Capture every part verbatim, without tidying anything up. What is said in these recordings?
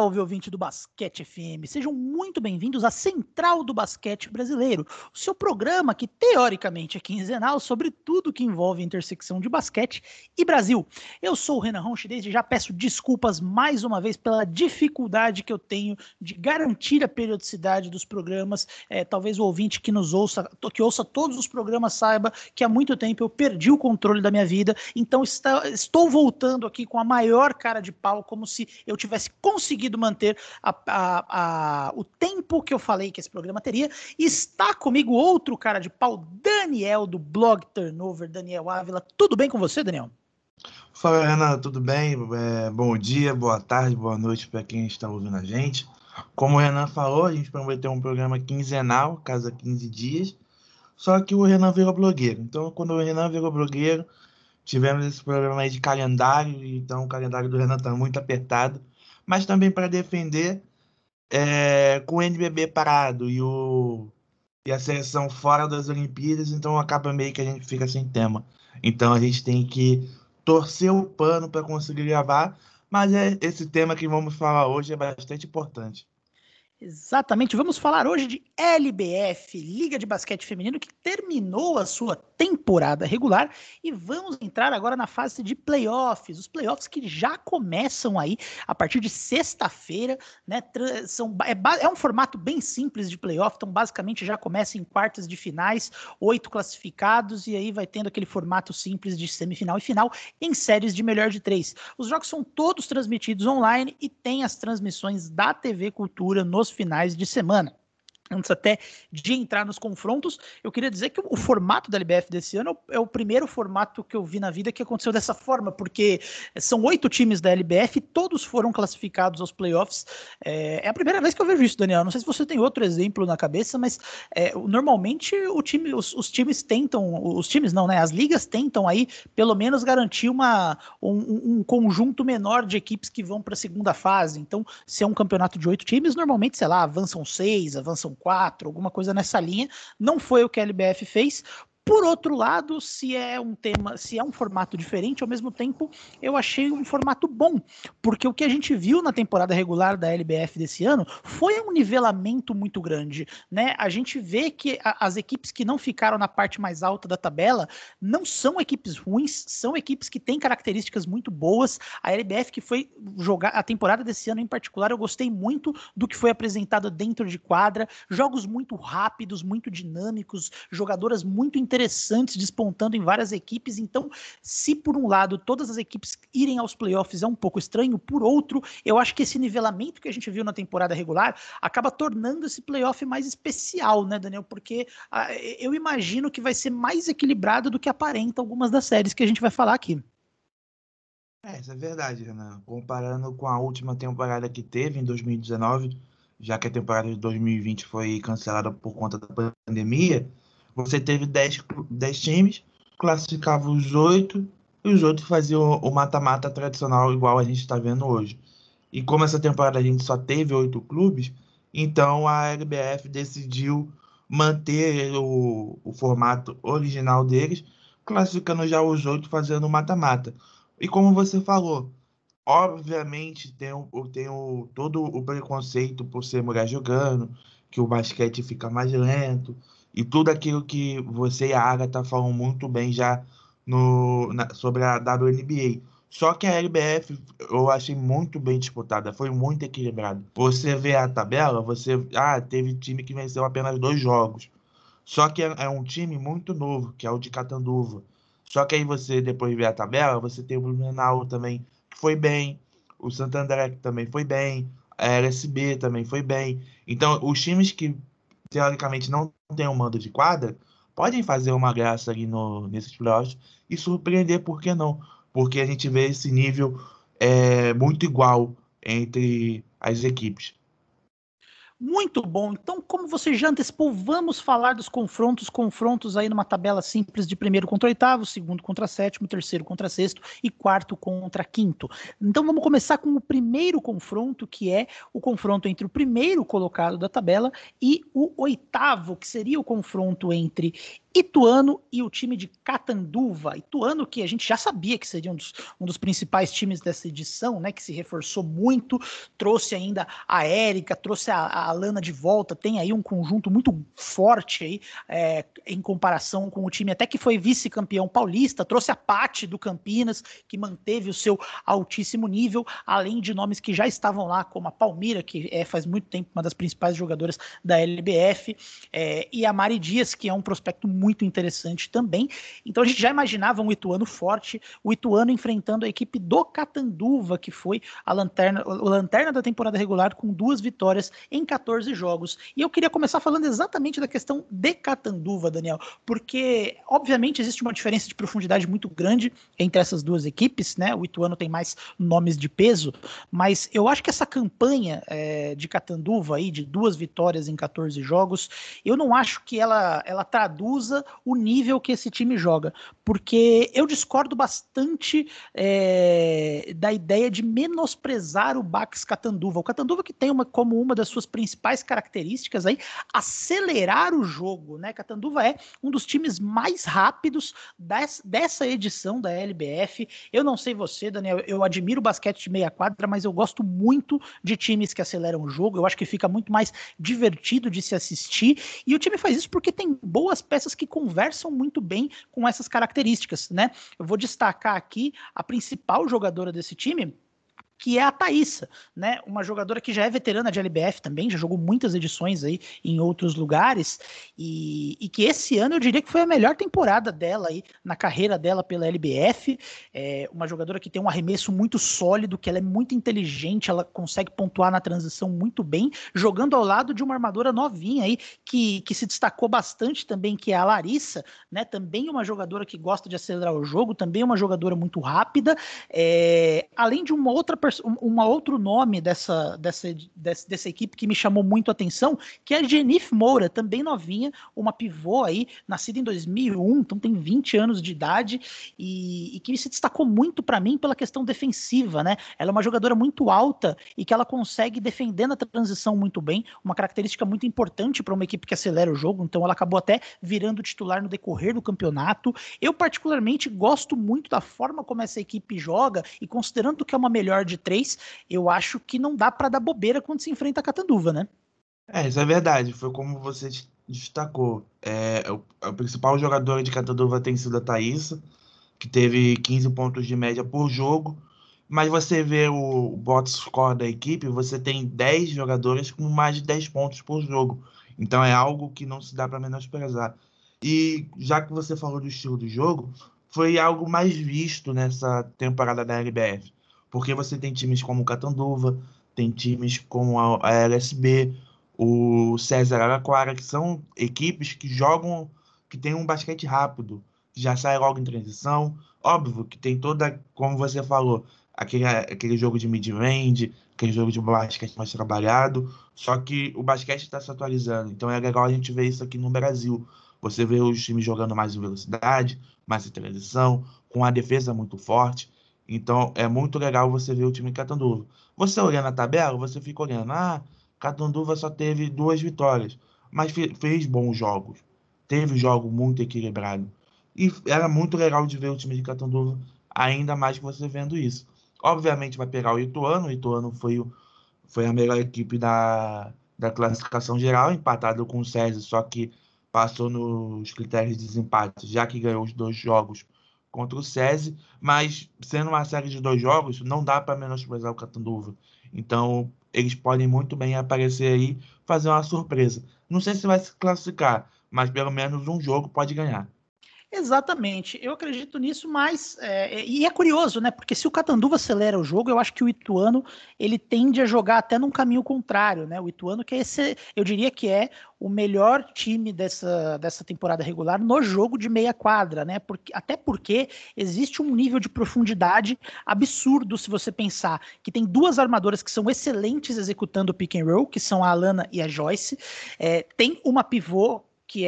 Salve, ouvinte do Basquete F M! Sejam muito bem-vindos à Central do Basquete Brasileiro, o seu programa que, teoricamente, é quinzenal sobre tudo que envolve a intersecção de basquete e Brasil. Eu sou o Renan Ronchi, desde já peço desculpas mais uma vez pela dificuldade que eu tenho de garantir a periodicidade dos programas. É, talvez o ouvinte que nos ouça, que ouça todos os programas saiba que há muito tempo eu perdi o controle da minha vida, então está, estou voltando aqui com a maior cara de pau, como se eu tivesse conseguido manter a, a, a, o tempo que eu falei que esse programa teria. E está comigo outro cara de pau, Daniel, do blog Turnover, Daniel Ávila. Tudo bem com você, Daniel? Fala, Renan, tudo bem? É, bom dia, boa tarde, boa noite para quem está ouvindo a gente. Como o Renan falou, a gente prometeu um programa quinzenal, cada quinze dias, só que o Renan virou blogueiro. Então, quando o Renan virou blogueiro, tivemos esse problema aí de calendário, então o calendário do Renan está muito apertado, mas também para defender, é, com o N B B parado e, o, e a seleção fora das Olimpíadas, então acaba meio que a gente fica sem tema. Então a gente tem que torcer o pano para conseguir gravar, mas é, esse tema que vamos falar hoje é bastante importante. Exatamente, vamos falar hoje de L B F, Liga de Basquete Feminino, que terminou a sua temporada regular, e vamos entrar agora na fase de playoffs, os playoffs que já começam aí a partir de sexta-feira, né? São, é, é um formato bem simples de playoff, então basicamente já começa em quartas de finais, oito classificados, e aí vai tendo aquele formato simples de semifinal e final em séries de melhor de três. Os jogos são todos transmitidos online e tem as transmissões da T V Cultura nos finais de semana. Antes até de entrar nos confrontos, eu queria dizer que o, o formato da L B F desse ano é o primeiro formato que eu vi na vida que aconteceu dessa forma, porque são oito times da L B F, todos foram classificados aos playoffs. É, é a primeira vez que eu vejo isso, Daniel. Não sei se você tem outro exemplo na cabeça, mas é, normalmente o time, os, os times tentam, os times não, né? As ligas tentam aí pelo menos garantir uma, um, um conjunto menor de equipes que vão para a segunda fase. Então, se é um campeonato de oito times, normalmente, sei lá, avançam seis, avançam quatro, alguma coisa nessa linha. Não foi o que a L B F fez. Por outro lado, se é um tema, se é um formato diferente, ao mesmo tempo eu achei um formato bom, porque o que a gente viu na temporada regular da L B F desse ano foi um nivelamento muito grande, né? A gente vê que a, as equipes que não ficaram na parte mais alta da tabela não são equipes ruins, são equipes que têm características muito boas. A L B F que foi jogar a temporada desse ano em particular, eu gostei muito do que foi apresentado dentro de quadra, jogos muito rápidos, muito dinâmicos, jogadoras muito interessantes despontando em várias equipes. Então, se por um lado todas as equipes irem aos playoffs é um pouco estranho, por outro, eu acho que esse nivelamento que a gente viu na temporada regular acaba tornando esse playoff mais especial, né, Daniel? Porque ah, eu imagino que vai ser mais equilibrado do que aparenta algumas das séries que a gente vai falar aqui. É, isso é verdade, Renan. Comparando com a última temporada que teve em dois mil e dezenove, já que a temporada de dois mil e vinte foi cancelada por conta da pandemia, você teve dez, dez times, classificava os oito, e os oito faziam o mata-mata tradicional, igual a gente está vendo hoje. E como essa temporada a gente só teve oito clubes, então a L B F decidiu manter o, o formato original deles, classificando já os oito fazendo o mata-mata. E como você falou, obviamente tem, o, tem o, todo o preconceito por ser mulher jogando, que o basquete fica mais lento, e tudo aquilo que você e a Agatha falam muito bem já no, na, sobre a W N B A. Só que a L B F eu achei muito bem disputada, foi muito equilibrado. Você vê a tabela, você. Ah, teve time que venceu apenas dois jogos. Só que é, é um time muito novo, que é o de Catanduva. Só que aí você depois vê a tabela, você tem o Blumenau também, que foi bem, o Santo André que também foi bem, a L S B também foi bem. Então, os times que teoricamente não têm um mando de quadra, podem fazer uma graça ali no, nesses playoffs e surpreender, por que não? Porque a gente vê esse nível é, muito igual entre as equipes. Muito bom. Então, como você já antecipou, vamos falar dos confrontos, confrontos aí numa tabela simples de primeiro contra oitavo, segundo contra sétimo, terceiro contra sexto e quarto contra quinto. Então, vamos começar com o primeiro confronto, que é o confronto entre o primeiro colocado da tabela e o oitavo, que seria o confronto entre Ituano e o time de Catanduva. Ituano, que a gente já sabia que seria um dos, um dos principais times dessa edição, né? Que se reforçou muito, trouxe ainda a Érica, trouxe a, a Alana de volta, tem aí um conjunto muito forte aí, é, em comparação com o time até que foi vice-campeão paulista, trouxe a Paty do Campinas, que manteve o seu altíssimo nível, além de nomes que já estavam lá, como a Palmira, que é faz muito tempo uma das principais jogadoras da L B F, é, e a Mari Dias, que é um prospecto muito interessante também. Então a gente já imaginava um Ituano forte, o Ituano enfrentando a equipe do Catanduva, que foi a lanterna, a lanterna da temporada regular, com duas vitórias em quatorze jogos. E eu queria começar falando exatamente da questão de Catanduva, Daniel, porque obviamente existe uma diferença de profundidade muito grande entre essas duas equipes, né? O Ituano tem mais nomes de peso, mas eu acho que essa campanha é, de Catanduva aí, de duas vitórias em quatorze jogos, eu não acho que ela, ela traduza o nível que esse time joga, porque eu discordo bastante é, da ideia de menosprezar o Bax Catanduva. O Catanduva que tem uma, como uma das suas principais características aí, acelerar o jogo, né? Catanduva é um dos times mais rápidos des, dessa edição da L B F. Eu não sei você, Daniel, eu admiro o basquete de meia quadra, mas eu gosto muito de times que aceleram o jogo, eu acho que fica muito mais divertido de se assistir, e o time faz isso porque tem boas peças que conversam muito bem com essas características, né? Eu vou destacar aqui a principal jogadora desse time, que é a Thaísa, né? Uma jogadora que já é veterana de L B F também, já jogou muitas edições aí em outros lugares, e, e que esse ano eu diria que foi a melhor temporada dela aí, na carreira dela pela L B F, é uma jogadora que tem um arremesso muito sólido, que ela é muito inteligente, ela consegue pontuar na transição muito bem, jogando ao lado de uma armadora novinha aí, que, que se destacou bastante também, que é a Larissa, né? Também uma jogadora que gosta de acelerar o jogo, também uma jogadora muito rápida, é, além de uma outra um outro nome dessa, dessa, dessa, dessa equipe que me chamou muito a atenção, que é a Jenif Moura, também novinha, uma pivô aí, nascida em dois mil e um, então tem vinte anos de idade, e, e que se destacou muito para mim pela questão defensiva, né? Ela é uma jogadora muito alta e que ela consegue defender na transição muito bem, uma característica muito importante para uma equipe que acelera o jogo, então ela acabou até virando titular no decorrer do campeonato. Eu particularmente gosto muito da forma como essa equipe joga, e considerando que é uma melhor de três, eu acho que não dá para dar bobeira quando se enfrenta a Catanduva, né? É, isso é verdade. Foi como você destacou. É, o, a principal jogadora de Catanduva tem sido a Thaísa, que teve quinze pontos de média por jogo. Mas você vê o, o box score da equipe, você tem dez jogadores com mais de dez pontos por jogo. Então é algo que não se dá para menosprezar. E já que você falou do estilo do jogo, foi algo mais visto nessa temporada da L B F. Porque você tem times como o Catanduva, tem times como a, a L S B, o César Araquara, que são equipes que jogam, que tem um basquete rápido, que já sai logo em transição. Óbvio que tem toda, como você falou, aquele, aquele jogo de mid-range, aquele jogo de basquete mais trabalhado, só que o basquete está se atualizando, então é legal a gente ver isso aqui no Brasil. Você vê os times jogando mais em velocidade, mais em transição, com a defesa muito forte, então é muito legal você ver o time Catanduva. Você olhando a tabela, você fica olhando, ah, Catanduva só teve duas vitórias, mas fe fez bons jogos, teve um jogo muito equilibrado, e era muito legal de ver o time de Catanduva, ainda mais que você vendo isso. Obviamente vai pegar o Ituano, o Ituano foi, o, foi a melhor equipe da, da classificação geral, empatado com o César, só que passou nos critérios de desempate, já que ganhou os dois jogos contra o César, mas sendo uma série de dois jogos, não dá para menosprezar o Catanduva. Então, eles podem muito bem aparecer aí, fazer uma surpresa. Não sei se vai se classificar, mas pelo menos um jogo pode ganhar. Exatamente, eu acredito nisso, mas é, e é curioso, né? Porque se o Catanduva acelera o jogo, eu acho que o Ituano ele tende a jogar até num caminho contrário, né? O Ituano que é esse, eu diria que é o melhor time dessa, dessa temporada regular no jogo de meia quadra, né? Porque, até porque existe um nível de profundidade absurdo se você pensar que tem duas armadoras que são excelentes executando o pick and roll, que são a Alana e a Joyce, é, tem uma pivô que é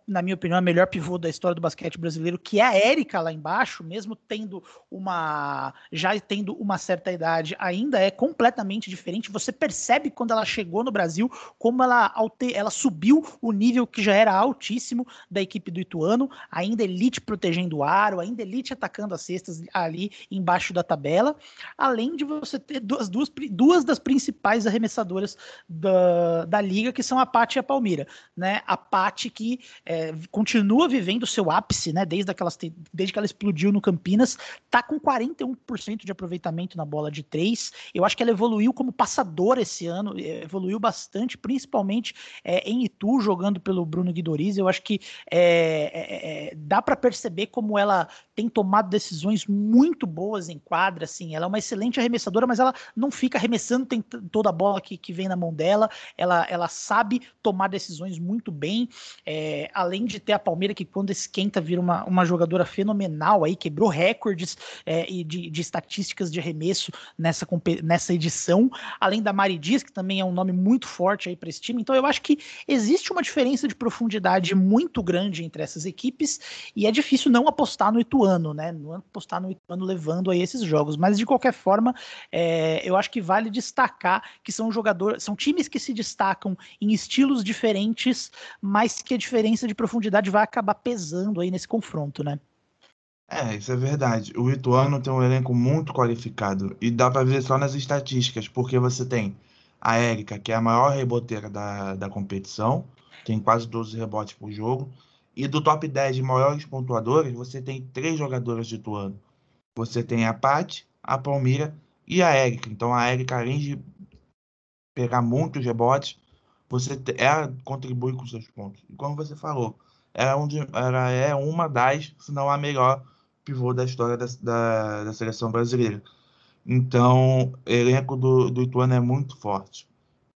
na minha opinião, a melhor pivô da história do basquete brasileiro, que é a Érica lá embaixo, mesmo tendo uma, já tendo uma certa idade, ainda é completamente diferente. Você percebe quando ela chegou no Brasil, como ela, ela subiu o nível que já era altíssimo da equipe do Ituano, ainda elite protegendo o aro, ainda elite atacando as cestas ali embaixo da tabela, além de você ter duas, duas, duas das principais arremessadoras da, da liga, que são a Paty e a Palmira, né? A Paty que é, continua vivendo o seu ápice, né? Desde, aquelas, desde que ela explodiu no Campinas, tá com quarenta e um por cento de aproveitamento na bola de três. Eu acho que ela evoluiu como passadora esse ano, evoluiu bastante, principalmente é, em Itu, jogando pelo Bruno Guidoriz. Eu acho que é, é, dá para perceber como ela tem tomado decisões muito boas em quadra, assim. Ela é uma excelente arremessadora, mas ela não fica arremessando toda a bola que, que vem na mão dela. Ela, ela sabe tomar decisões muito bem, é, além de ter a Palmeira, que quando esquenta vira uma, uma jogadora fenomenal, aí quebrou recordes é, de, de estatísticas de arremesso nessa, nessa edição, além da Mari Dias, que também é um nome muito forte aí para esse time. Então eu acho que existe uma diferença de profundidade muito grande entre essas equipes, e é difícil não apostar no Ituano, né? Não apostar no Ituano levando aí esses jogos, mas de qualquer forma, é, eu acho que vale destacar que são jogadores, são times que se destacam em estilos diferentes, mas que a diferença de profundidade vai acabar pesando aí nesse confronto, né? É, isso é verdade. O Ituano tem um elenco muito qualificado e dá para ver só nas estatísticas, porque você tem a Érica, que é a maior reboteira da, da competição, tem quase doze rebotes por jogo, e do top dez de maiores pontuadores, você tem três jogadoras de Ituano. Você tem a Paty, a Palmira e a Érica. Então a Érica, além de pegar muitos rebotes, você te- ela contribui com seus pontos. E como você falou, ela é, um de- ela é uma das, se não a melhor pivô da história da, da, da seleção brasileira. Então, o elenco do, do Ituano é muito forte.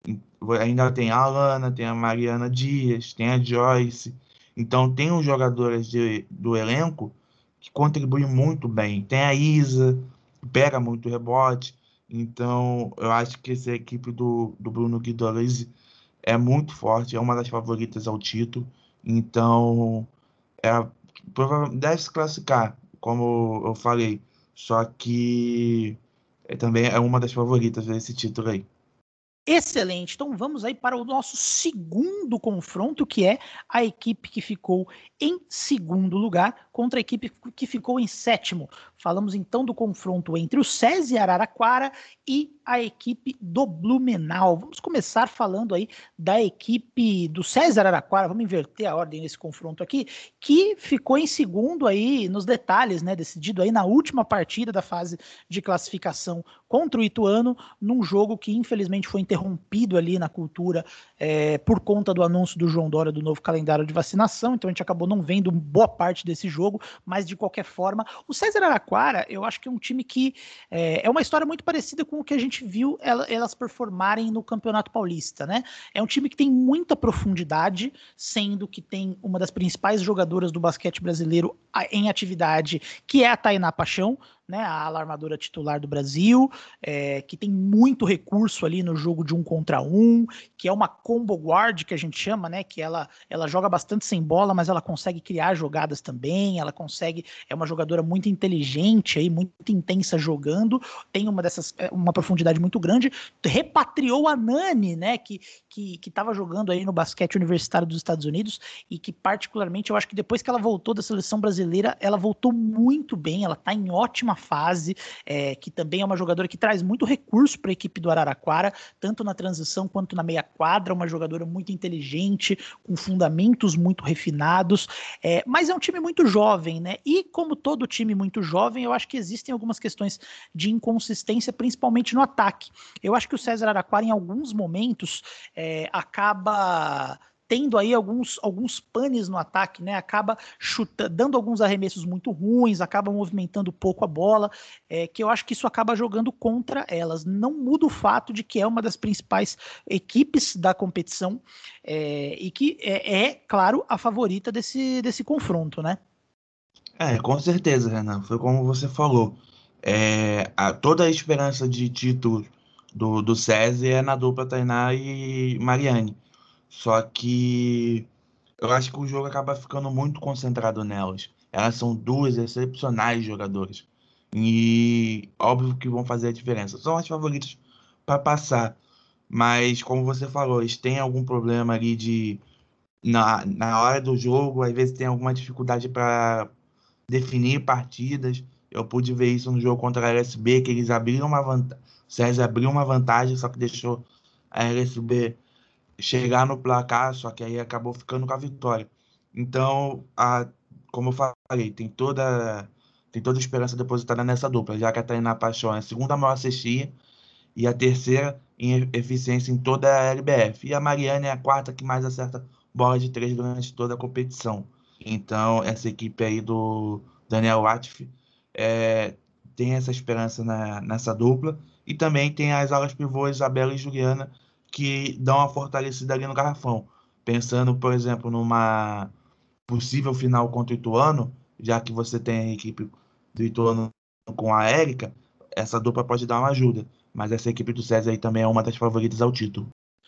Ainda tem a Alana, tem a Mariana Dias, tem a Joyce. Então, tem os jogadores de, do elenco que contribuem muito bem. Tem a Isa, que pega muito rebote. Então, eu acho que essa equipe do, do Bruno Guidolese é muito forte, é uma das favoritas ao título. Então, ela provavelmente deve se classificar, como eu falei. Só que é, também é uma das favoritas desse título aí. Excelente. Então vamos aí para o nosso segundo confronto, que é a equipe que ficou em segundo lugar contra a equipe que ficou em sétimo. Falamos então do confronto entre o SESI Araraquara e a equipe do Blumenau. Vamos começar falando aí da equipe do SESI Araraquara, vamos inverter a ordem desse confronto aqui, que ficou em segundo aí nos detalhes, né, decidido aí na última partida da fase de classificação contra o Ituano, num jogo que infelizmente foi interrompido ali na cultura é, por conta do anúncio do João Dória do novo calendário de vacinação, então a gente acabou não vendo boa parte desse jogo, mas de qualquer forma, o César Araquara, eu acho que é um time que é, é uma história muito parecida com o que a gente viu ela, elas performarem no Campeonato Paulista, né? É um time que tem muita profundidade, sendo que tem uma das principais jogadoras do basquete brasileiro em atividade, que é a Tainá Paixão, né, a alarmadora titular do Brasil, é, que tem muito recurso ali no jogo de um contra um, que é uma combo guard que a gente chama, né, que ela, ela joga bastante sem bola, mas ela consegue criar jogadas também, ela consegue, é uma jogadora muito inteligente, aí, muito intensa jogando, tem uma dessas, uma profundidade muito grande, repatriou a Nani, né, que que estava jogando aí no basquete universitário dos Estados Unidos e que particularmente eu acho que depois que ela voltou da seleção brasileira, ela voltou muito bem, ela está em ótima fase, é, que também é uma jogadora que traz muito recurso para a equipe do Araraquara, tanto na transição quanto na meia quadra, uma jogadora muito inteligente, com fundamentos muito refinados, é, mas é um time muito jovem, né? E como todo time muito jovem, eu acho que existem algumas questões de inconsistência, principalmente no ataque. Eu acho que o César Araraquara, em alguns momentos, é, acaba tendo aí alguns, alguns panes no ataque, né? Acaba chuta, dando alguns arremessos muito ruins, acaba movimentando pouco a bola, é, que eu acho que isso acaba jogando contra elas. Não muda o fato de que é uma das principais equipes da competição é, e que é, é, claro, a favorita desse, desse confronto, né? É, com certeza, Renan. Foi como você falou. É, a, toda a esperança de título do, do SESI é na dupla Tainá e Mariane. Só que eu acho que o jogo acaba ficando muito concentrado nelas. Elas são duas excepcionais jogadoras. E óbvio que vão fazer a diferença. São as favoritas para passar. Mas, como você falou, eles têm algum problema ali de. Na, na hora do jogo, às vezes tem alguma dificuldade para definir partidas. Eu pude ver isso no jogo contra a L S B, que eles abriram uma vantagem. O César abriu uma vantagem, só que deixou a L S B chegar no placar, só que aí acabou ficando com a vitória. Então, a, como eu falei, tem toda, tem toda a esperança depositada nessa dupla, já que a Tainá Paixão é a segunda maior cestinha e a terceira em eficiência em toda a L B F. E a Mariana é a quarta que mais acerta bola de três durante toda a competição. Então, essa equipe aí do Daniel Watif é, tem essa esperança na, nessa dupla. E também tem as alas pivôs, Isabela e Juliana, que dão uma fortalecida ali no garrafão. Pensando, por exemplo, numa possível final contra o Ituano, já que você tem a equipe do Ituano com a Érica, essa dupla pode dar uma ajuda. Mas essa equipe do César aí também é uma das favoritas ao título.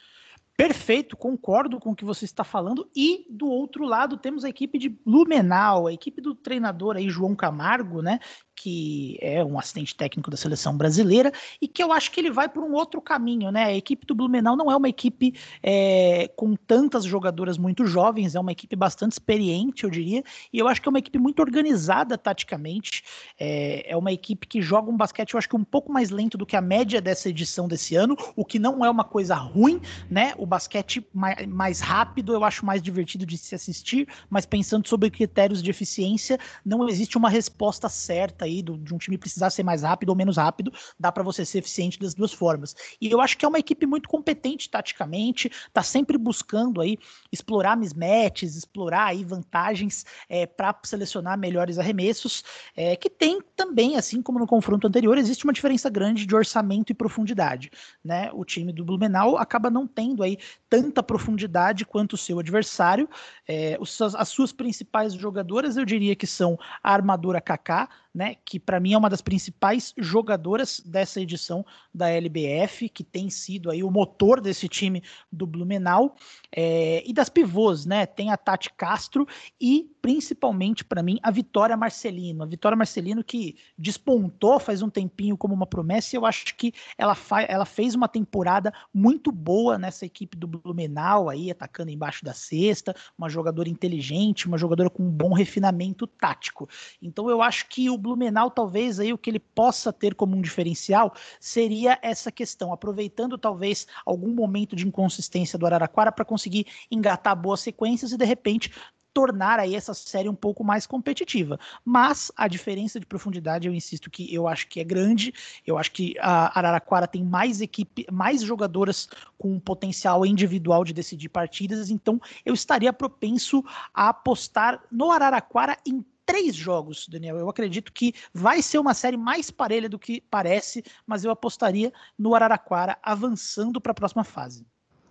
Perfeito, concordo com o que você está falando. E do outro lado temos a equipe de Blumenau, a equipe do treinador aí João Camargo, né? Que é um assistente técnico da seleção brasileira e que eu acho que ele vai por um outro caminho, né? A equipe do Blumenau não é uma equipe é, com tantas jogadoras muito jovens, é uma equipe bastante experiente, eu diria, e eu acho que é uma equipe muito organizada taticamente. É, é uma equipe que joga um basquete, eu acho que um pouco mais lento do que a média dessa edição desse ano, o que não é uma coisa ruim, né? O basquete mais, mais rápido eu acho mais divertido de se assistir, mas pensando sobre critérios de eficiência, não existe uma resposta certa aí do, de um time precisar ser mais rápido ou menos rápido, dá para você ser eficiente das duas formas. E eu acho que é uma equipe muito competente taticamente, tá sempre buscando aí explorar mismatches, explorar aí vantagens é, para selecionar melhores arremessos, é, que tem também, assim como no confronto anterior, existe uma diferença grande de orçamento e profundidade, né? O time do Blumenau acaba não tendo aí tanta profundidade quanto o seu adversário. É, os, as suas principais jogadoras, eu diria que são a armadora Kaká, né, que para mim é uma das principais jogadoras dessa edição da L B F, que tem sido aí o motor desse time do Blumenau, é, e das pivôs, né, tem a Tati Castro e principalmente para mim a Vitória Marcelino, a Vitória Marcelino que despontou faz um tempinho como uma promessa e eu acho que ela, ela fez uma temporada muito boa nessa equipe do Blumenau aí, atacando embaixo da cesta, uma jogadora inteligente, uma jogadora com um bom refinamento tático. Então eu acho que o Blumenau, talvez aí o que ele possa ter como um diferencial seria essa questão, aproveitando talvez algum momento de inconsistência do Araraquara para conseguir engatar boas sequências e de repente tornar aí essa série um pouco mais competitiva. Mas a diferença de profundidade, eu insisto que eu acho que é grande. Eu acho que a Araraquara tem mais equipe, mais jogadoras com potencial individual de decidir partidas, então eu estaria propenso a apostar no Araraquara em três jogos, Daniel. Eu acredito que vai ser uma série mais parelha do que parece, mas eu apostaria no Araraquara avançando para a próxima fase.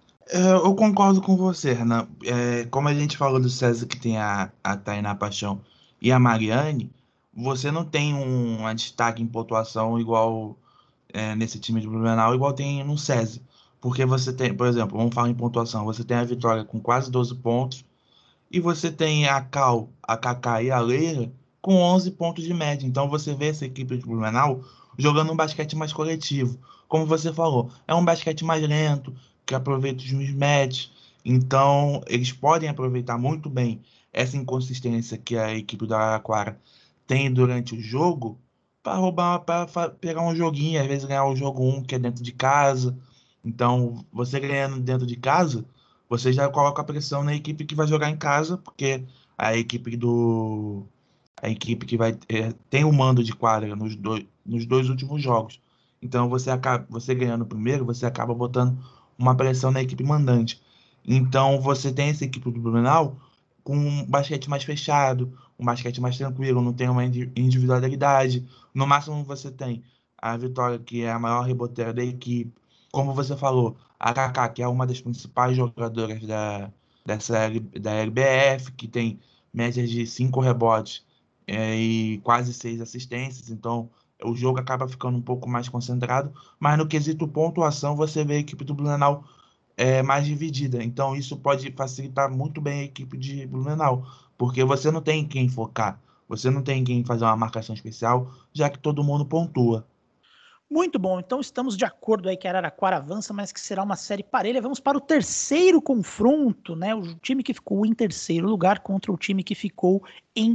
É, eu concordo com você, Renan. É, como a gente falou do César, que tem a, a Tainá Paixão e a Mariane, você não tem um, uma destaque em pontuação igual é, nesse time de Blumenau, igual tem no César. Porque você tem, por exemplo, vamos falar em pontuação, você tem a Vitória com quase doze pontos, e você tem a Cal, a Kaká e a Leila com onze pontos de média. Então você vê essa equipe de Blumenau jogando um basquete mais coletivo. Como você falou, é um basquete mais lento, que aproveita os mismatches. Então eles podem aproveitar muito bem essa inconsistência que a equipe da Araraquara tem durante o jogo para roubar, para pegar um joguinho, às vezes ganhar o jogo um que é dentro de casa. Então, você ganhando dentro de casa, você já coloca a pressão na equipe que vai jogar em casa, porque a equipe do a equipe que vai é, tem o mando de quadra nos dois, nos dois últimos jogos. Então você acaba você ganhando o primeiro, você acaba botando uma pressão na equipe mandante. Então você tem essa equipe do Blumenau com um basquete mais fechado, um basquete mais tranquilo, não tem uma individualidade. No máximo você tem a Vitória, que é a maior reboteira da equipe. Como você falou, a Kaká, que é uma das principais jogadoras da, dessa, da L B F, que tem médias de cinco rebotes é, e quase seis assistências, então o jogo acaba ficando um pouco mais concentrado, mas no quesito pontuação, você vê a equipe do Blumenau é mais dividida. Então, isso pode facilitar muito bem a equipe de Blumenau, porque você não tem quem focar, você não tem quem fazer uma marcação especial, já que todo mundo pontua. Muito bom, então estamos de acordo aí que Araraquara avança, mas que será uma série parelha. Vamos para o terceiro confronto, né? O time que ficou em terceiro lugar contra o time que ficou em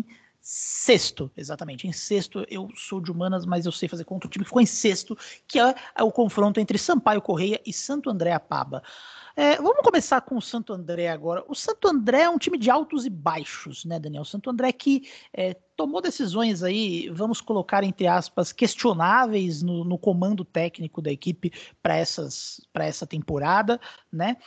sexto, exatamente. Em sexto, eu sou de humanas, mas eu sei fazer contra o time que ficou em sexto, que é o confronto entre Sampaio Correia e Santo André Apaba. É, vamos começar com o Santo André agora. O Santo André é um time de altos e baixos, né, Daniel? O Santo André que é, tomou decisões aí, vamos colocar entre aspas, questionáveis no, no comando técnico da equipe para essas para essa temporada, né?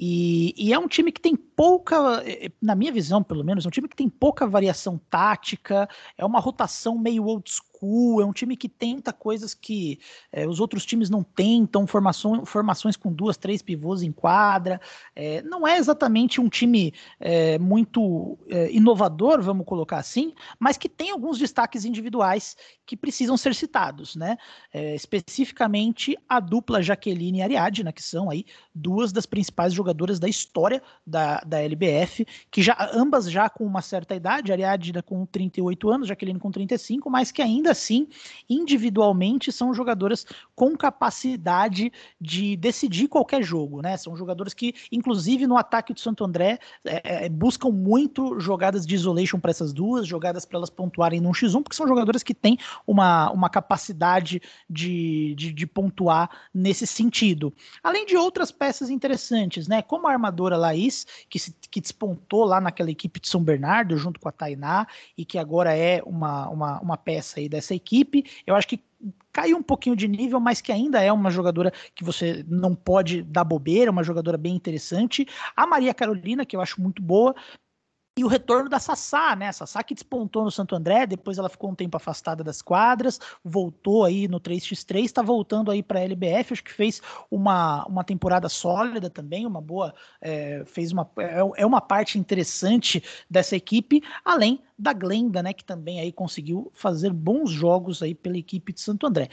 E, e é um time que tem pouca, na minha visão, pelo menos, é um time que tem pouca variação tática, é uma rotação meio old school, é um time que tenta coisas que é, os outros times não tentam, formação, formações com duas, três pivôs em quadra. É, não é exatamente um time é, muito é, inovador, vamos colocar assim, mas que tem alguns destaques individuais que precisam ser citados, né? É, especificamente a dupla Jaqueline e Ariadna, que são aí duas das principais jogadoras da história da, da L B F, que já ambas já com uma certa idade, Ariadna com trinta e oito anos, Jaqueline com trinta e cinco, mas que ainda assim, individualmente, são jogadoras com capacidade de decidir qualquer jogo, né? São jogadoras que, inclusive no ataque do Santo André, é, é, buscam muito jogadas de isolation para essas duas, jogadas para elas pontuarem num xis um, porque são jogadoras que têm uma, uma capacidade de, de, de pontuar nesse sentido. Além de outras peças interessantes, né? Como a armadora Laís, que, se, que despontou lá naquela equipe de São Bernardo, junto com a Tainá, e que agora é uma, uma, uma peça aí dessa equipe. Eu acho que caiu um pouquinho de nível, mas que ainda é uma jogadora que você não pode dar bobeira, uma jogadora bem interessante. A Maria Carolina, que eu acho muito boa, e o retorno da Sassá, né? A Sassá que despontou no Santo André, depois ela ficou um tempo afastada das quadras, voltou aí no três por três, tá voltando aí para a L B F, acho que fez uma, uma temporada sólida também, uma boa, é, fez uma, é, é uma parte interessante dessa equipe, além da Glenda, né, que também aí conseguiu fazer bons jogos aí pela equipe de Santo André.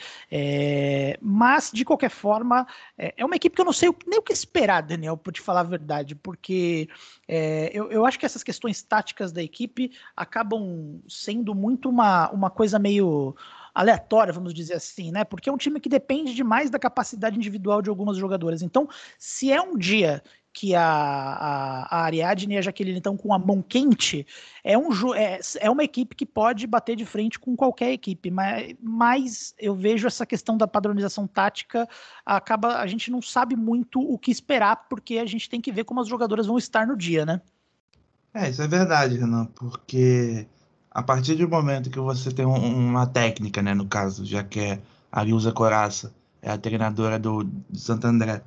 É, mas, de qualquer forma, é, é uma equipe que eu não sei nem o que esperar, Daniel, por te falar a verdade, porque é, eu, eu acho que essas questões táticas da equipe acabam sendo muito uma, uma coisa meio aleatória, vamos dizer assim, né? Porque é um time que depende demais da capacidade individual de algumas jogadoras. Então, se é um dia que a, a, a Ariadne e a Jaqueline estão com a mão quente, é, um, é, é uma equipe que pode bater de frente com qualquer equipe, mas, mas eu vejo essa questão da padronização tática, acaba, a gente não sabe muito o que esperar, porque a gente tem que ver como as jogadoras vão estar no dia, né? É, isso é verdade, Renan, porque a partir do momento que você tem um- uma técnica, né, no caso, já que é a Ilza Coraça, é a treinadora do, do Santo André,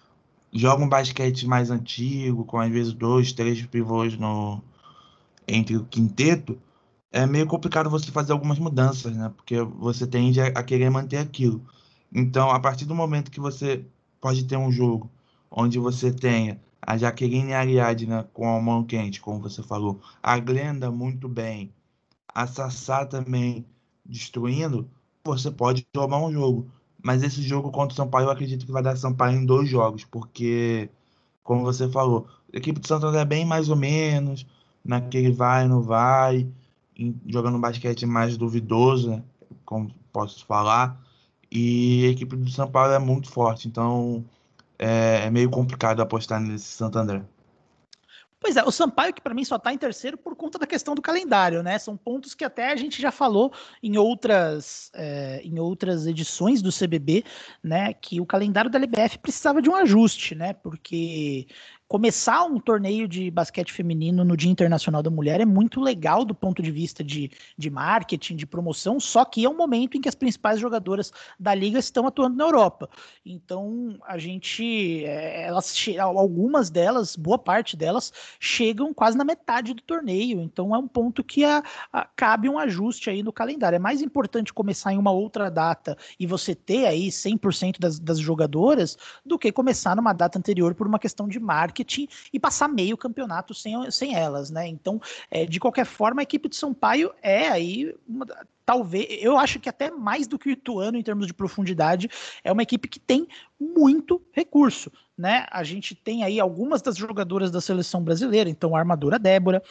joga um basquete mais antigo, com às vezes dois, três pivôs no, entre o quinteto, é meio complicado você fazer algumas mudanças, né? Porque você tende a, a querer manter aquilo. Então, a partir do momento que você pode ter um jogo onde você tenha a Jaqueline Ariadna com a mão quente, como você falou, a Glenda muito bem, a Sassá também destruindo, você pode tomar um jogo. Mas esse jogo contra o Sampaio, eu acredito que vai dar Sampaio em dois jogos, porque, como você falou, a equipe de Santo André é bem mais ou menos, naquele vai, não vai, em- jogando um basquete mais duvidoso, né, como posso falar, e a equipe do São Paulo é muito forte, então é, é meio complicado apostar nesse Santo André. Pois é, o Sampaio que para mim só está em terceiro por conta da questão do calendário, né? São pontos que até a gente já falou em outras, é, em outras edições do C B B, né? Que o calendário da L B F precisava de um ajuste, né? Porque começar um torneio de basquete feminino no Dia Internacional da Mulher é muito legal do ponto de vista de, de marketing, de promoção, só que é um momento em que as principais jogadoras da liga estão atuando na Europa. Então a gente, é, elas, algumas delas, boa parte delas chegam quase na metade do torneio. Então é um ponto que a, a, cabe um ajuste aí no calendário. É mais importante começar em uma outra data e você ter aí cem por cento das, das jogadoras do que começar numa data anterior por uma questão de marketing marketing e passar meio campeonato sem, sem elas, né? Então, é, de qualquer forma, a equipe de Sampaio é aí uma, talvez, eu acho que até mais do que o Ituano em termos de profundidade, é uma equipe que tem muito recurso, né? A gente tem aí algumas das jogadoras da seleção brasileira, então a armadora Débora,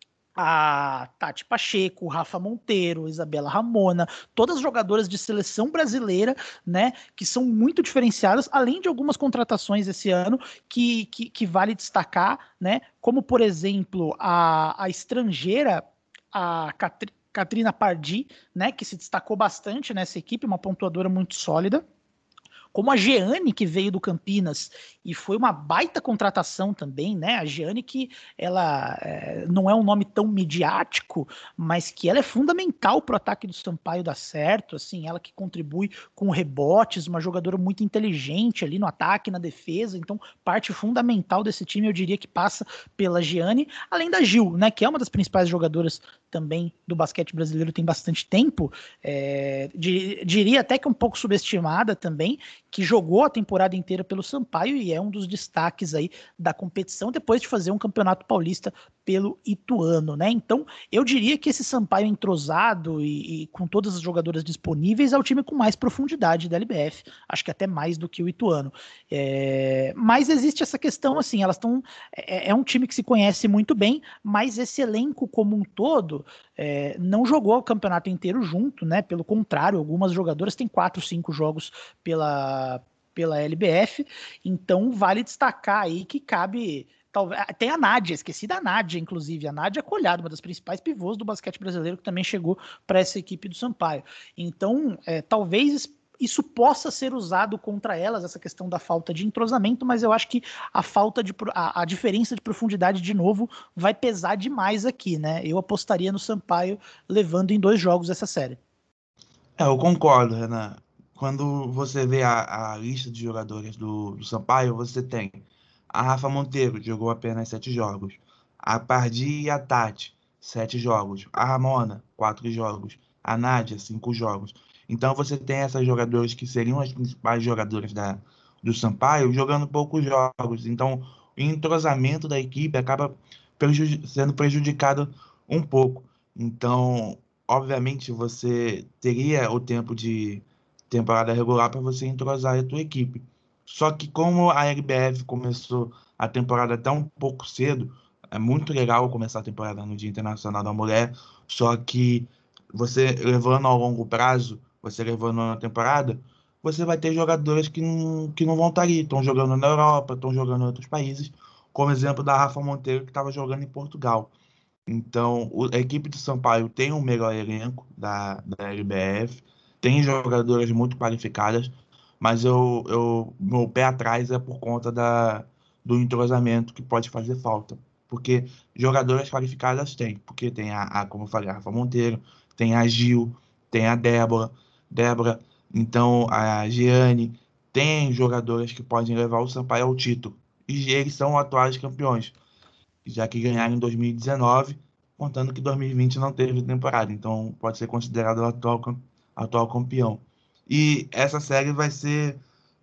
a Tati Pacheco, Rafa Monteiro, Isabela Ramona, todas jogadoras de seleção brasileira, né, que são muito diferenciadas, além de algumas contratações esse ano que, que, que vale destacar, né, como por exemplo a, a estrangeira, a Catri, Catrina Pardi, né, que se destacou bastante nessa equipe, uma pontuadora muito sólida. Como a Jeane, que veio do Campinas e foi uma baita contratação também, né? A Jeane, que ela é, não é um nome tão midiático, mas que ela é fundamental para o ataque do Sampaio dar certo, assim, ela que contribui com rebotes, uma jogadora muito inteligente ali no ataque, na defesa, então parte fundamental desse time eu diria que passa pela Jeane, além da Gil, né? Que é uma das principais jogadoras também do basquete brasileiro tem bastante tempo, é, diria até que um pouco subestimada também, que jogou a temporada inteira pelo Sampaio e é um dos destaques aí da competição, depois de fazer um campeonato paulista pelo Ituano, né? Então, eu diria que esse Sampaio entrosado e, e com todas as jogadoras disponíveis é o time com mais profundidade da L B F, acho que até mais do que o Ituano. É, mas existe essa questão, assim, elas estão... É, é um time que se conhece muito bem, mas esse elenco como um todo é, não jogou o campeonato inteiro junto, né? Pelo contrário, algumas jogadoras têm quatro, cinco jogos pela pela L B F, então vale destacar aí que cabe, talvez, tem a Nádia, esqueci da Nádia, inclusive, a Nádia Colhado, uma das principais pivôs do basquete brasileiro, que também chegou para essa equipe do Sampaio, então é, talvez isso possa ser usado contra elas, essa questão da falta de entrosamento, mas eu acho que a falta de a, a diferença de profundidade, de novo, vai pesar demais aqui, né? Eu apostaria no Sampaio levando em dois jogos essa série. É, eu concordo, Renan. Quando você vê a, a lista de jogadores do, do Sampaio, você tem a Rafa Monteiro, que jogou apenas sete jogos. A Pardi e a Tati, sete jogos. A Ramona, quatro jogos. A Nádia, cinco jogos. Então você tem essas jogadoras que seriam as principais jogadoras da, do Sampaio jogando poucos jogos. Então o entrosamento da equipe acaba prejudi- sendo prejudicado um pouco. Então, obviamente, você teria o tempo de temporada regular para você entrosar a tua equipe. Só que como a L B F começou a temporada tão pouco cedo, é muito legal começar a temporada no Dia Internacional da Mulher, só que você levando ao longo prazo, você levando na temporada, você vai ter jogadores que não, que não vão estar ali, estão jogando na Europa, estão jogando em outros países, como exemplo da Rafa Monteiro, que estava jogando em Portugal. Então, o- a equipe do Sampaio tem o melhor elenco da, da L B F, tem jogadoras muito qualificadas, mas eu, eu, meu pé atrás é por conta da, do entrosamento que pode fazer falta. Porque jogadoras qualificadas tem, porque tem a, a, como eu falei, a Rafa Monteiro, tem a Gil, tem a Débora, Débora, então a Giane, tem jogadoras que podem levar o Sampaio ao título. E eles são atuais campeões, já que ganharam em dois mil e dezenove, contando que dois mil e vinte não teve temporada, então pode ser considerado o atual, cam- atual campeão. E essa série vai ser,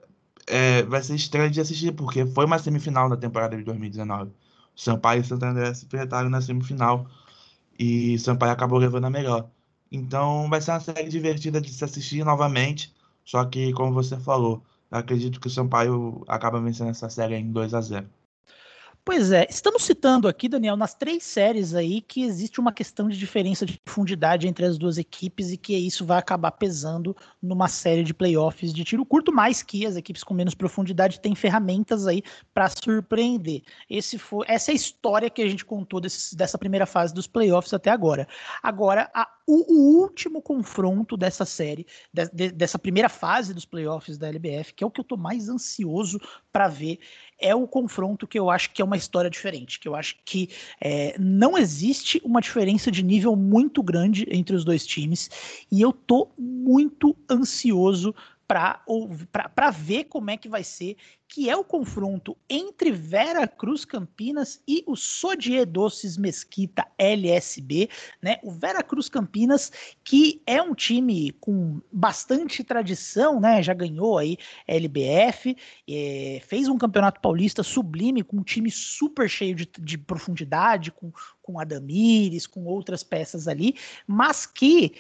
é, vai ser estranha de assistir, porque foi uma semifinal na temporada de dois mil e dezenove. O Sampaio e o Santo André se enfrentaram na semifinal e o Sampaio acabou levando a melhor. Então vai ser uma série divertida de se assistir novamente, só que, como você falou, eu acredito que o Sampaio acaba vencendo essa série em dois a zero. Pois é, estamos citando aqui, Daniel, nas três séries aí que existe uma questão de diferença de profundidade entre as duas equipes e que isso vai acabar pesando numa série de playoffs de tiro curto, mais que as equipes com menos profundidade têm ferramentas aí para surpreender. Esse foi, essa é a história que a gente contou desse, dessa primeira fase dos playoffs até agora. Agora, a, o, o último confronto dessa série, de, de, dessa primeira fase dos playoffs da L B F, que é o que eu tô mais ansioso para ver, é o confronto que eu acho que é uma história diferente, que eu acho que é, não existe uma diferença de nível muito grande entre os dois times, e eu tô muito ansioso para ver como é que vai ser, que é o confronto entre Vera Cruz Campinas e o Sodier Doces Mesquita L S B, né? O Vera Cruz Campinas, que é um time com bastante tradição, né? Já ganhou aí L B F, é, fez um campeonato paulista sublime, com um time super cheio de, de profundidade, com, com Adamires, com outras peças ali, mas que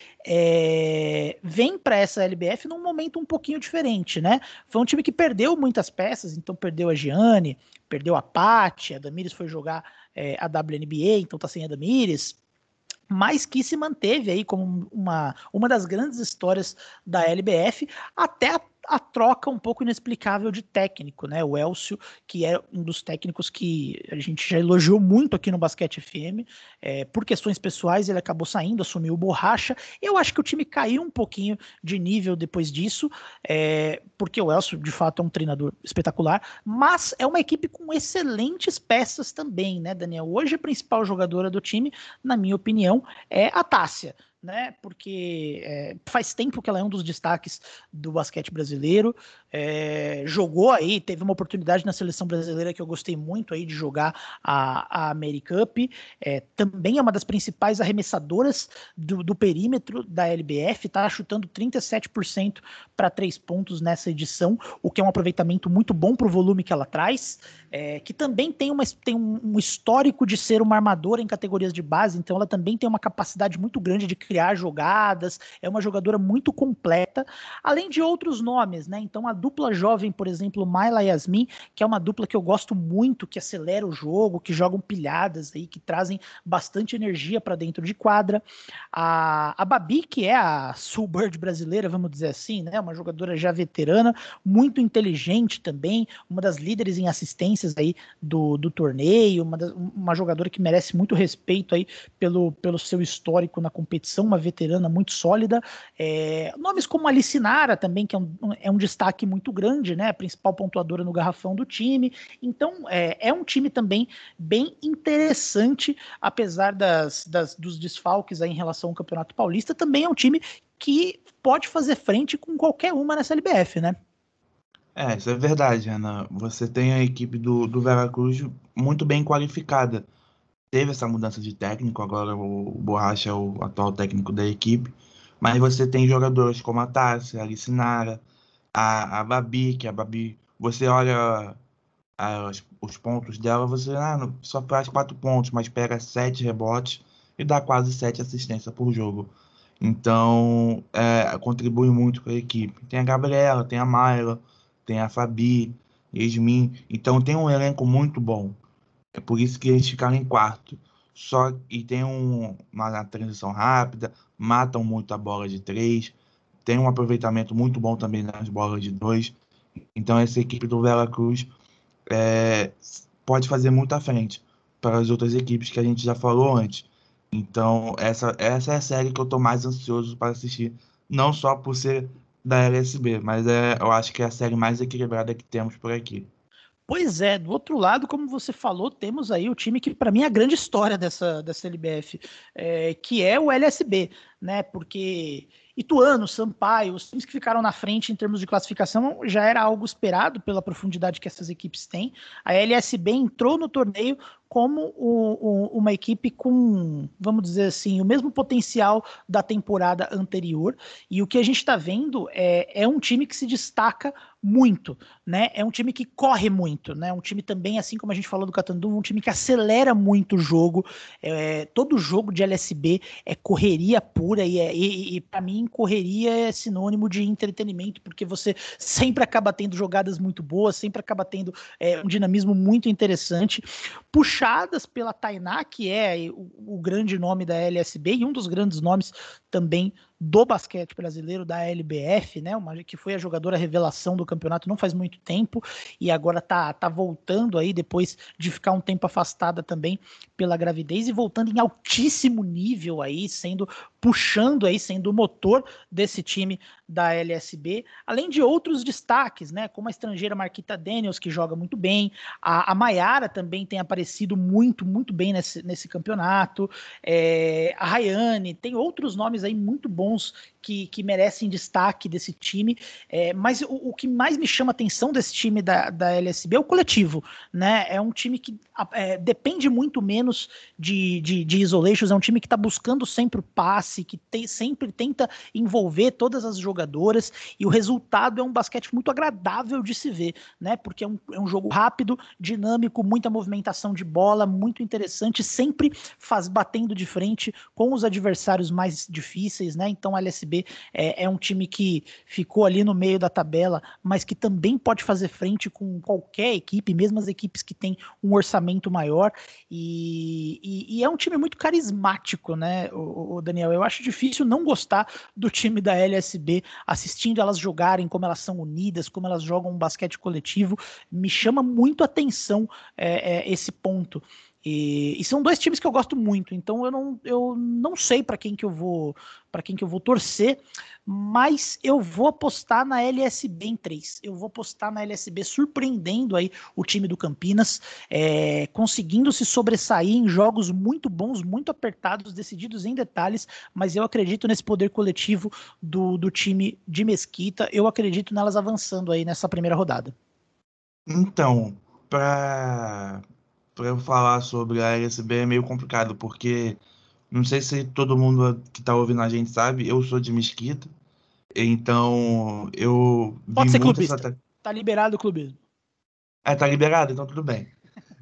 é, vem para essa L B F num momento um pouquinho diferente, né? Foi um time que perdeu muitas peças, então perdeu a Gianni, perdeu a Paty, a Adamires foi jogar é, a W N B A, então tá sem a Adamires, mas que se manteve aí como uma, uma das grandes histórias da L B F, até a, a troca um pouco inexplicável de técnico, né? O Elcio, que é um dos técnicos que a gente já elogiou muito aqui no Basquete F M, é, por questões pessoais ele acabou saindo, assumiu o Borracha. Eu acho que o time caiu um pouquinho de nível depois disso, é, porque o Elcio de fato é um treinador espetacular, mas é uma equipe com excelentes peças também, né, Daniel? Hoje a principal jogadora do time, na minha opinião, é a Tássia, né? Porque é, faz tempo que ela é um dos destaques do basquete brasileiro, é, jogou aí, teve uma oportunidade na seleção brasileira que eu gostei muito aí de jogar a, a AmeriCup, é, também é uma das principais arremessadoras do, do perímetro da L B F, tá chutando trinta e sete por cento para três pontos nessa edição, o que é um aproveitamento muito bom para o volume que ela traz, é, que também tem, uma, tem um, um histórico de ser uma armadora em categorias de base, então ela também tem uma capacidade muito grande de criar jogadas, é uma jogadora muito completa, além de outros nomes, né? Então a dupla jovem, por exemplo, Mayla Yasmin, que é uma dupla que eu gosto muito, que acelera o jogo, que jogam pilhadas aí, que trazem bastante energia para dentro de quadra. A, a Babi, que é a Soulbird brasileira, vamos dizer assim, né? Uma jogadora já veterana, muito inteligente também, uma das líderes em assistências aí do, do torneio, uma, das, uma jogadora que merece muito respeito aí pelo, pelo seu histórico na competição, uma veterana muito sólida. É, nomes como Alice Nara também, que é um, é um destaque muito grande, né? A principal pontuadora no garrafão do time. Então, é, é um time também bem interessante, apesar das, das, dos desfalques aí em relação ao Campeonato Paulista, também é um time que pode fazer frente com qualquer uma nessa L B F, né? É, isso é verdade, Ana. Você tem a equipe do, do Veracruz muito bem qualificada. Teve essa mudança de técnico, agora o, o Borracha é o atual técnico da equipe, mas você tem jogadores como a Tássia, a Alice Nara, a, a Babi, que a Babi, você olha as, os pontos dela, você ah, não- só faz quatro pontos, mas pega sete rebotes e dá quase sete assistências por jogo. Então, é, contribui muito para a equipe. Tem a Gabriela, tem a Mayla, tem a Fabi, Yasmin. Então, tem um elenco muito bom. É por isso que eles ficaram em quarto. Só e tem um, uma transição rápida, matam muito a bola de três, tem um aproveitamento muito bom também nas bolas de dois. Então, essa equipe do Veracruz é, pode fazer muito à frente para as outras equipes que a gente já falou antes. Então, essa, essa é a série que eu estou mais ansioso para assistir, não só por ser da L S B, mas é, eu acho que é a série mais equilibrada que temos por aqui. Pois é, do outro lado, como você falou, temos aí o time que, para mim, é a grande história dessa, dessa L B F, é, que é o L S B, né? Porque Ituano, Sampaio, os times que ficaram na frente em termos de classificação já era algo esperado pela profundidade que essas equipes têm. A L S B entrou no torneio como o, o, uma equipe com, vamos dizer assim, o mesmo potencial da temporada anterior. E o que a gente está vendo é, é um time que se destaca muito, né? É um time que corre muito, né? Um time também, assim como a gente falou do Catanduva, um time que acelera muito o jogo. É, todo jogo de L S B é correria pura e, é, e, e para mim correria é sinônimo de entretenimento, porque você sempre acaba tendo jogadas muito boas, sempre acaba tendo é, um dinamismo muito interessante, puxadas pela Tainá, que é o, o grande nome da L S B e um dos grandes nomes também do basquete brasileiro, da L B F, né? Uma, que foi a jogadora revelação do campeonato não faz muito tempo e agora tá, tá voltando aí depois de ficar um tempo afastada também pela gravidez e voltando em altíssimo nível aí, sendo puxando aí, sendo o motor desse time da L S B, além de outros destaques, né, como a estrangeira Marquita Daniels, que joga muito bem, a, a Maiara também tem aparecido muito, muito bem nesse, nesse campeonato, é, a Rayane, tem outros nomes aí muito bons que, que merecem destaque desse time, é, mas o, o que mais me chama a atenção desse time da, da L S B é o coletivo, né, é um time que é, depende muito menos de, de, de isolations, é um time que está buscando sempre o passe, que tem, sempre tenta envolver todas as jogadoras, e o resultado é um basquete muito agradável de se ver, né? Porque é um, é um jogo rápido, dinâmico, muita movimentação de bola, muito interessante, sempre faz batendo de frente com os adversários mais difíceis, né? Então a L S B é, é um time que ficou ali no meio da tabela, mas que também pode fazer frente com qualquer equipe, mesmo as equipes que têm um orçamento maior, e, e, e é um time muito carismático, né, o, o Daniel? Eu acho difícil não gostar do time da L S B, assistindo elas jogarem, como elas são unidas, como elas jogam um basquete coletivo, me chama muito a atenção é, é, esse ponto. E, e são dois times que eu gosto muito, então eu não, eu não sei para quem que eu vou para quem que eu vou torcer, mas eu vou apostar na L S B em três. Eu vou apostar na L S B surpreendendo aí o time do Campinas, é, conseguindo se sobressair em jogos muito bons, muito apertados, decididos em detalhes, mas eu acredito nesse poder coletivo do, do time de Mesquita, eu acredito nelas avançando aí nessa primeira rodada. Então, para para eu falar sobre a L S B é meio complicado, porque não sei se todo mundo que está ouvindo a gente sabe, eu sou de Mesquita, então eu vi Pode ser muito essa. clubista. Tá liberado o clubismo. É, tá liberado, então tudo bem.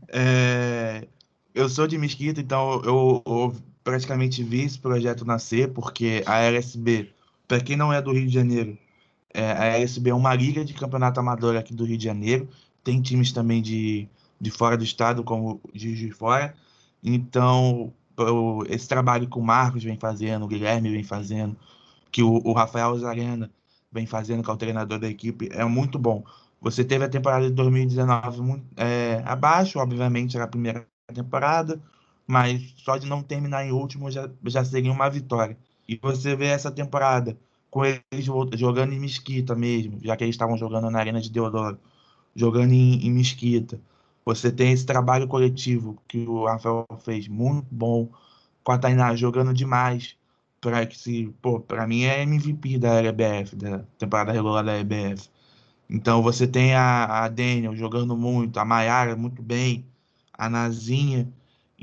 É, eu sou de Mesquita, então eu, eu praticamente vi esse projeto nascer, porque a L S B, para quem não é do Rio de Janeiro, é, a L S B é uma liga de campeonato amador aqui do Rio de Janeiro. Tem times também de, de fora do estado, como o Juiz de Fora. Então, o- esse trabalho que o Marcos vem fazendo, o Guilherme vem fazendo, que o, o Rafael Zarena vem fazendo, que é o treinador da equipe, é muito bom. Você teve a temporada de dois mil e dezenove muito, é, abaixo, obviamente, era a primeira temporada, mas só de não terminar em último já, já seria uma vitória. E você vê essa temporada com eles jogando em Mesquita mesmo, já que eles estavam jogando na Arena de Deodoro, jogando em, em Mesquita. Você tem esse trabalho coletivo que o Rafael fez, muito bom, com a Tainá jogando demais, para que se, pô, para mim é M V P da L B F, da temporada regular da L B F. Então você tem a, a Daniel jogando muito, a Maiara muito bem, a Nazinha.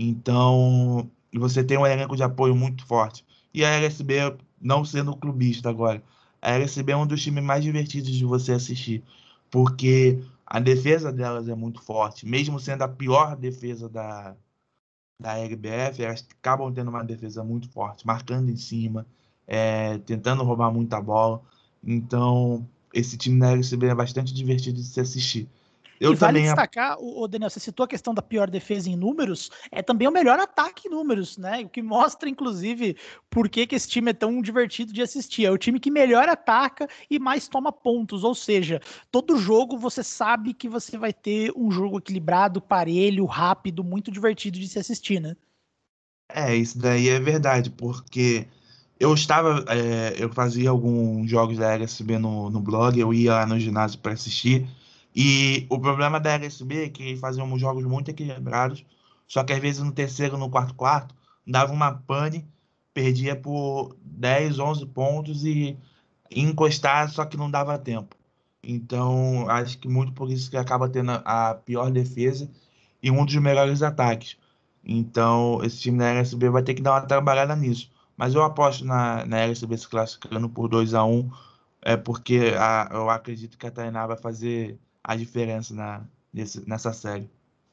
Então você tem um elenco de apoio muito forte. E a L S B, não sendo clubista agora, a L S B é um dos times mais divertidos de você assistir, porque a defesa delas é muito forte, mesmo sendo a pior defesa da, da L B F, elas acabam tendo uma defesa muito forte, marcando em cima, é, tentando roubar muita bola. Então, esse time da L C B é bastante divertido de se assistir. E Eu vale também. destacar, o, o Daniel, você citou a questão da pior defesa em números, é também o melhor ataque em números, né? O que mostra, inclusive, por que, que esse time é tão divertido de assistir. É o time que melhor ataca e mais toma pontos. Ou seja, todo jogo você sabe que você vai ter um jogo equilibrado, parelho, rápido, muito divertido de se assistir, né? É, isso daí é verdade, porque eu estava. É, eu fazia alguns jogos da L S B no, no blog, eu ia lá no ginásio para assistir. E o problema da L S B é que faziam uns jogos muito equilibrados, só que às vezes no terceiro, no quarto quarto, dava uma pane, perdia por dez, onze pontos e encostar, só que não dava tempo. Então, acho que muito por isso que acaba tendo a pior defesa e um dos melhores ataques. Então, esse time da L S B vai ter que dar uma trabalhada nisso. Mas eu aposto na, na L S B se classificando por dois a um, é porque a, eu acredito que a Tainá vai fazer a diferença na, nesse, nessa série.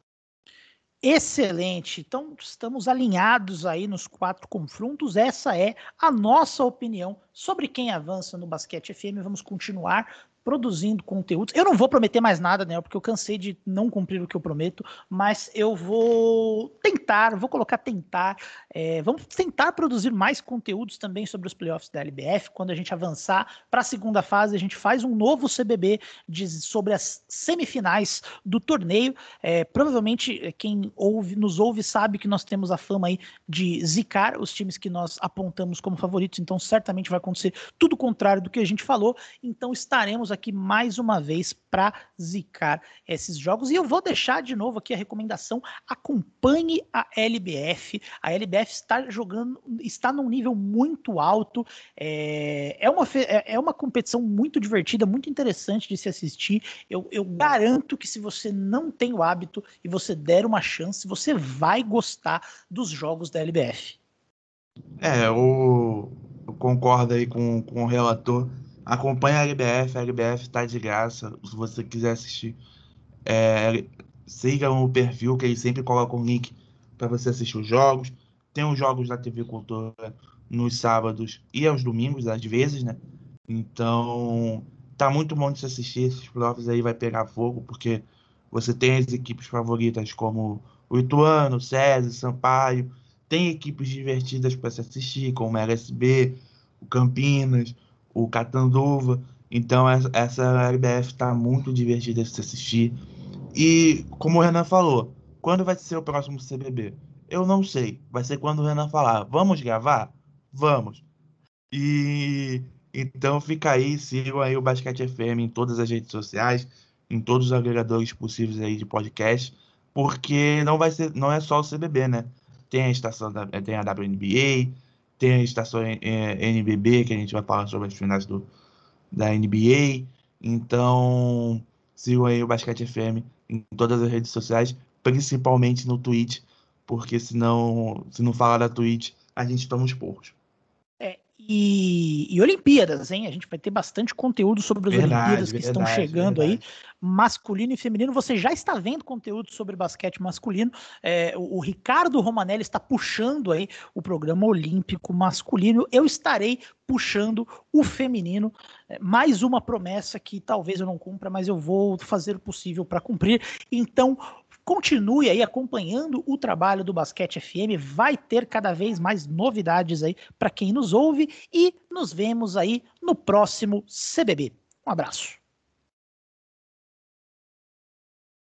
Excelente. Então, estamos alinhados aí nos quatro confrontos. Essa é a nossa opinião sobre quem avança no Basquete F M. Vamos continuar produzindo conteúdos. Eu não vou prometer mais nada, né? Porque eu cansei de não cumprir o que eu prometo, mas eu vou tentar, vou colocar tentar, é, vamos tentar produzir mais conteúdos também sobre os playoffs da L B F. Quando a gente avançar para a segunda fase, a gente faz um novo C B B de, sobre as semifinais do torneio. É, provavelmente quem ouve, nos ouve sabe que nós temos a fama aí de zicar os times que nós apontamos como favoritos, então certamente vai acontecer tudo o contrário do que a gente falou. Então estaremos aqui mais uma vez para zicar esses jogos. E eu vou deixar de novo aqui a recomendação: acompanhe a L B F. A L B F está jogando, está num nível muito alto. É, é, uma, é uma competição muito divertida, muito interessante de se assistir. Eu, eu garanto que se você não tem o hábito e você der uma chance, você vai gostar dos jogos da L B F. É, eu, eu concordo aí com, com o relator. Acompanha a L B F, a L B F tá de graça. Se você quiser assistir, é, siga o perfil que ele sempre coloca um link para você assistir os jogos. Tem os jogos da T V Cultura nos sábados e aos domingos, às vezes, né? Então, tá muito bom de se assistir. Esses playoffs aí vai pegar fogo, porque você tem as equipes favoritas como o Ituano, o César, Sampaio. Tem equipes divertidas para se assistir, como o L S B, o Campinas, o Catanduva. Então, essa, essa L B F está muito divertida de se assistir. E, como o Renan falou, quando vai ser o próximo C B B? Eu não sei. Vai ser quando o Renan falar, vamos gravar? Vamos. E então fica aí, sigam aí o Basquete F M em todas as redes sociais, em todos os agregadores possíveis aí de podcast, porque não vai ser, não é só o C B B, né? Tem a estação da, tem a W N B A, tem a estação eh, N B B, que a gente vai falar sobre as finais do, da N B A. Então, sigam aí o Basquete F M em todas as redes sociais, principalmente no Twitch, porque senão, se não falar da Twitch, a gente toma os porros. É, e, e Olimpíadas, hein? A gente vai ter bastante conteúdo sobre as Verdade, Olimpíadas que estão verdade, chegando aí, verdade. masculino e feminino. Você já está vendo conteúdo sobre basquete masculino. É, o, o Ricardo Romanelli está puxando aí o programa olímpico masculino. Eu estarei puxando o feminino. É, mais uma promessa que talvez eu não cumpra, mas eu vou fazer o possível para cumprir. Então, continue aí acompanhando o trabalho do Basquete F M, vai ter cada vez mais novidades aí para quem nos ouve e nos vemos aí no próximo C B B. Um abraço.